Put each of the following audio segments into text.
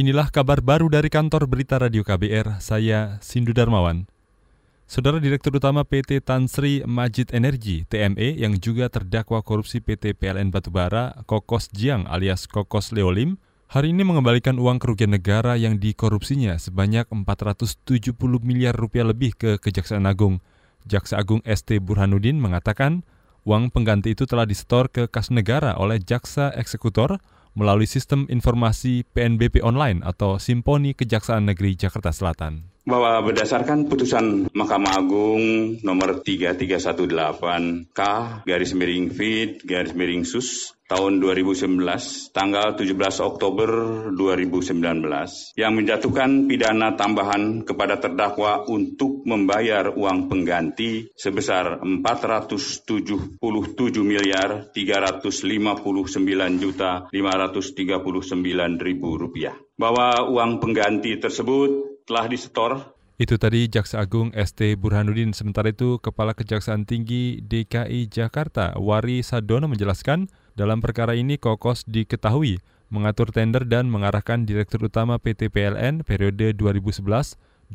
Inilah kabar baru dari kantor berita Radio KBR, saya Sindu Darmawan. Saudara Direktur Utama PT Tan Sri Majid Energi (TME) yang juga terdakwa korupsi PT PLN Batubara, Kokos Jiang alias Kokos Leolim, hari ini mengembalikan uang kerugian negara yang dikorupsinya sebanyak 470 miliar rupiah lebih ke Kejaksaan Agung. Jaksa Agung ST Burhanuddin mengatakan, uang pengganti itu telah disetor ke kas negara oleh jaksa eksekutor melalui sistem informasi PNBP online atau Simponi Kejaksaan Negeri Jakarta Selatan. Bahwa berdasarkan putusan Mahkamah Agung nomor 3318K/FID/SUS tahun 2019 tanggal 17 Oktober 2019 yang menjatuhkan pidana tambahan kepada terdakwa untuk membayar uang pengganti sebesar 477.359.539.000 rupiah. Bahwa uang pengganti tersebut telah disetor. Itu tadi Jaksa Agung ST Burhanuddin. Sementara itu, Kepala Kejaksaan Tinggi DKI Jakarta, Wari Sadono menjelaskan, dalam perkara ini Kokos diketahui mengatur tender dan mengarahkan Direktur Utama PT PLN periode 2011-2012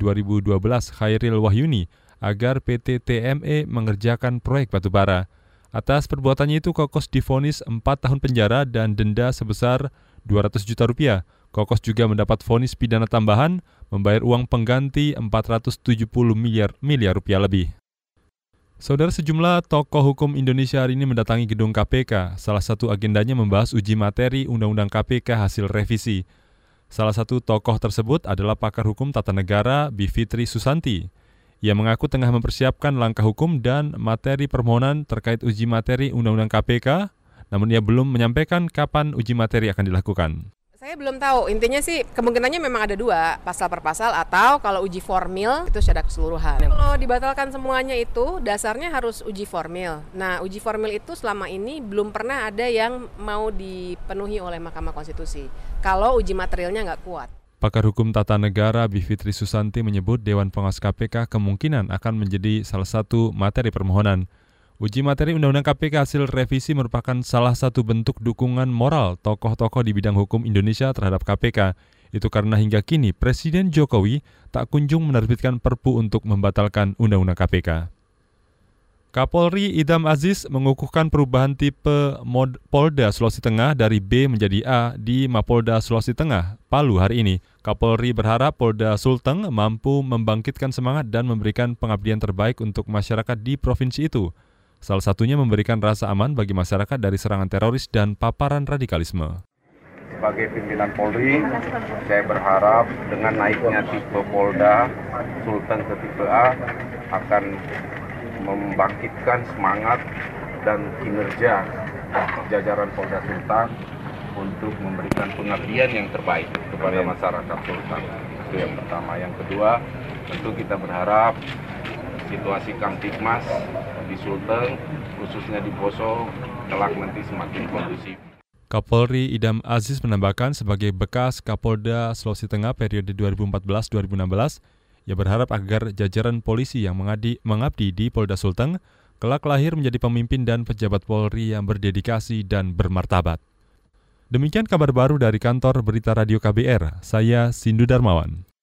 Khairil Wahyuni agar PT TME mengerjakan proyek batubara. Atas perbuatannya itu Kokos divonis 4 tahun penjara dan denda sebesar 200 juta rupiah. Kokos juga mendapat vonis pidana tambahan membayar uang pengganti 470 miliar rupiah lebih. Saudara, sejumlah tokoh hukum Indonesia hari ini mendatangi gedung KPK. Salah satu agendanya membahas uji materi Undang-Undang KPK hasil revisi. Salah satu tokoh tersebut adalah pakar hukum tata negara Bivitri Susanti. Ia mengaku tengah mempersiapkan langkah hukum dan materi permohonan terkait uji materi Undang-Undang KPK, namun ia belum menyampaikan kapan uji materi akan dilakukan. Saya belum tahu, intinya sih kemungkinannya memang ada 2, pasal per pasal atau kalau uji formil itu secara keseluruhan. Kalau dibatalkan semuanya itu dasarnya harus uji formil. Nah, uji formil itu selama ini belum pernah ada yang mau dipenuhi oleh Mahkamah Konstitusi kalau uji materialnya nggak kuat. Pakar hukum tata negara Bivitri Susanti menyebut Dewan Pengawas KPK kemungkinan akan menjadi salah satu materi permohonan. Uji materi Undang-Undang KPK hasil revisi merupakan salah satu bentuk dukungan moral tokoh-tokoh di bidang hukum Indonesia terhadap KPK. Itu karena hingga kini Presiden Jokowi tak kunjung menerbitkan Perpu untuk membatalkan Undang-Undang KPK. Kapolri Idam Aziz mengukuhkan perubahan tipe Polda Sulawesi Tengah dari B menjadi A di Mapolda Sulawesi Tengah, Palu hari ini. Kapolri berharap Polda Sulteng mampu membangkitkan semangat dan memberikan pengabdian terbaik untuk masyarakat di provinsi itu. Salah satunya memberikan rasa aman bagi masyarakat dari serangan teroris dan paparan radikalisme. Sebagai pimpinan Polri, saya berharap dengan naiknya tipe Polda Sulteng ke tipe A akan membangkitkan semangat dan kinerja jajaran Polda Sulteng untuk memberikan pengabdian yang terbaik kepada masyarakat Sulteng. Itu yang pertama. Yang kedua, tentu kita berharap situasi Kamtipmas di Sulteng, khususnya di Poso, kelak nanti semakin kondusif. Kapolri Idam Aziz menambahkan sebagai bekas Kapolda Sulawesi Tengah periode 2014-2016, ia berharap agar jajaran polisi yang mengabdi di Polda Sulteng kelak lahir menjadi pemimpin dan pejabat Polri yang berdedikasi dan bermartabat. Demikian kabar baru dari kantor berita Radio KBR, saya Sindu Darmawan.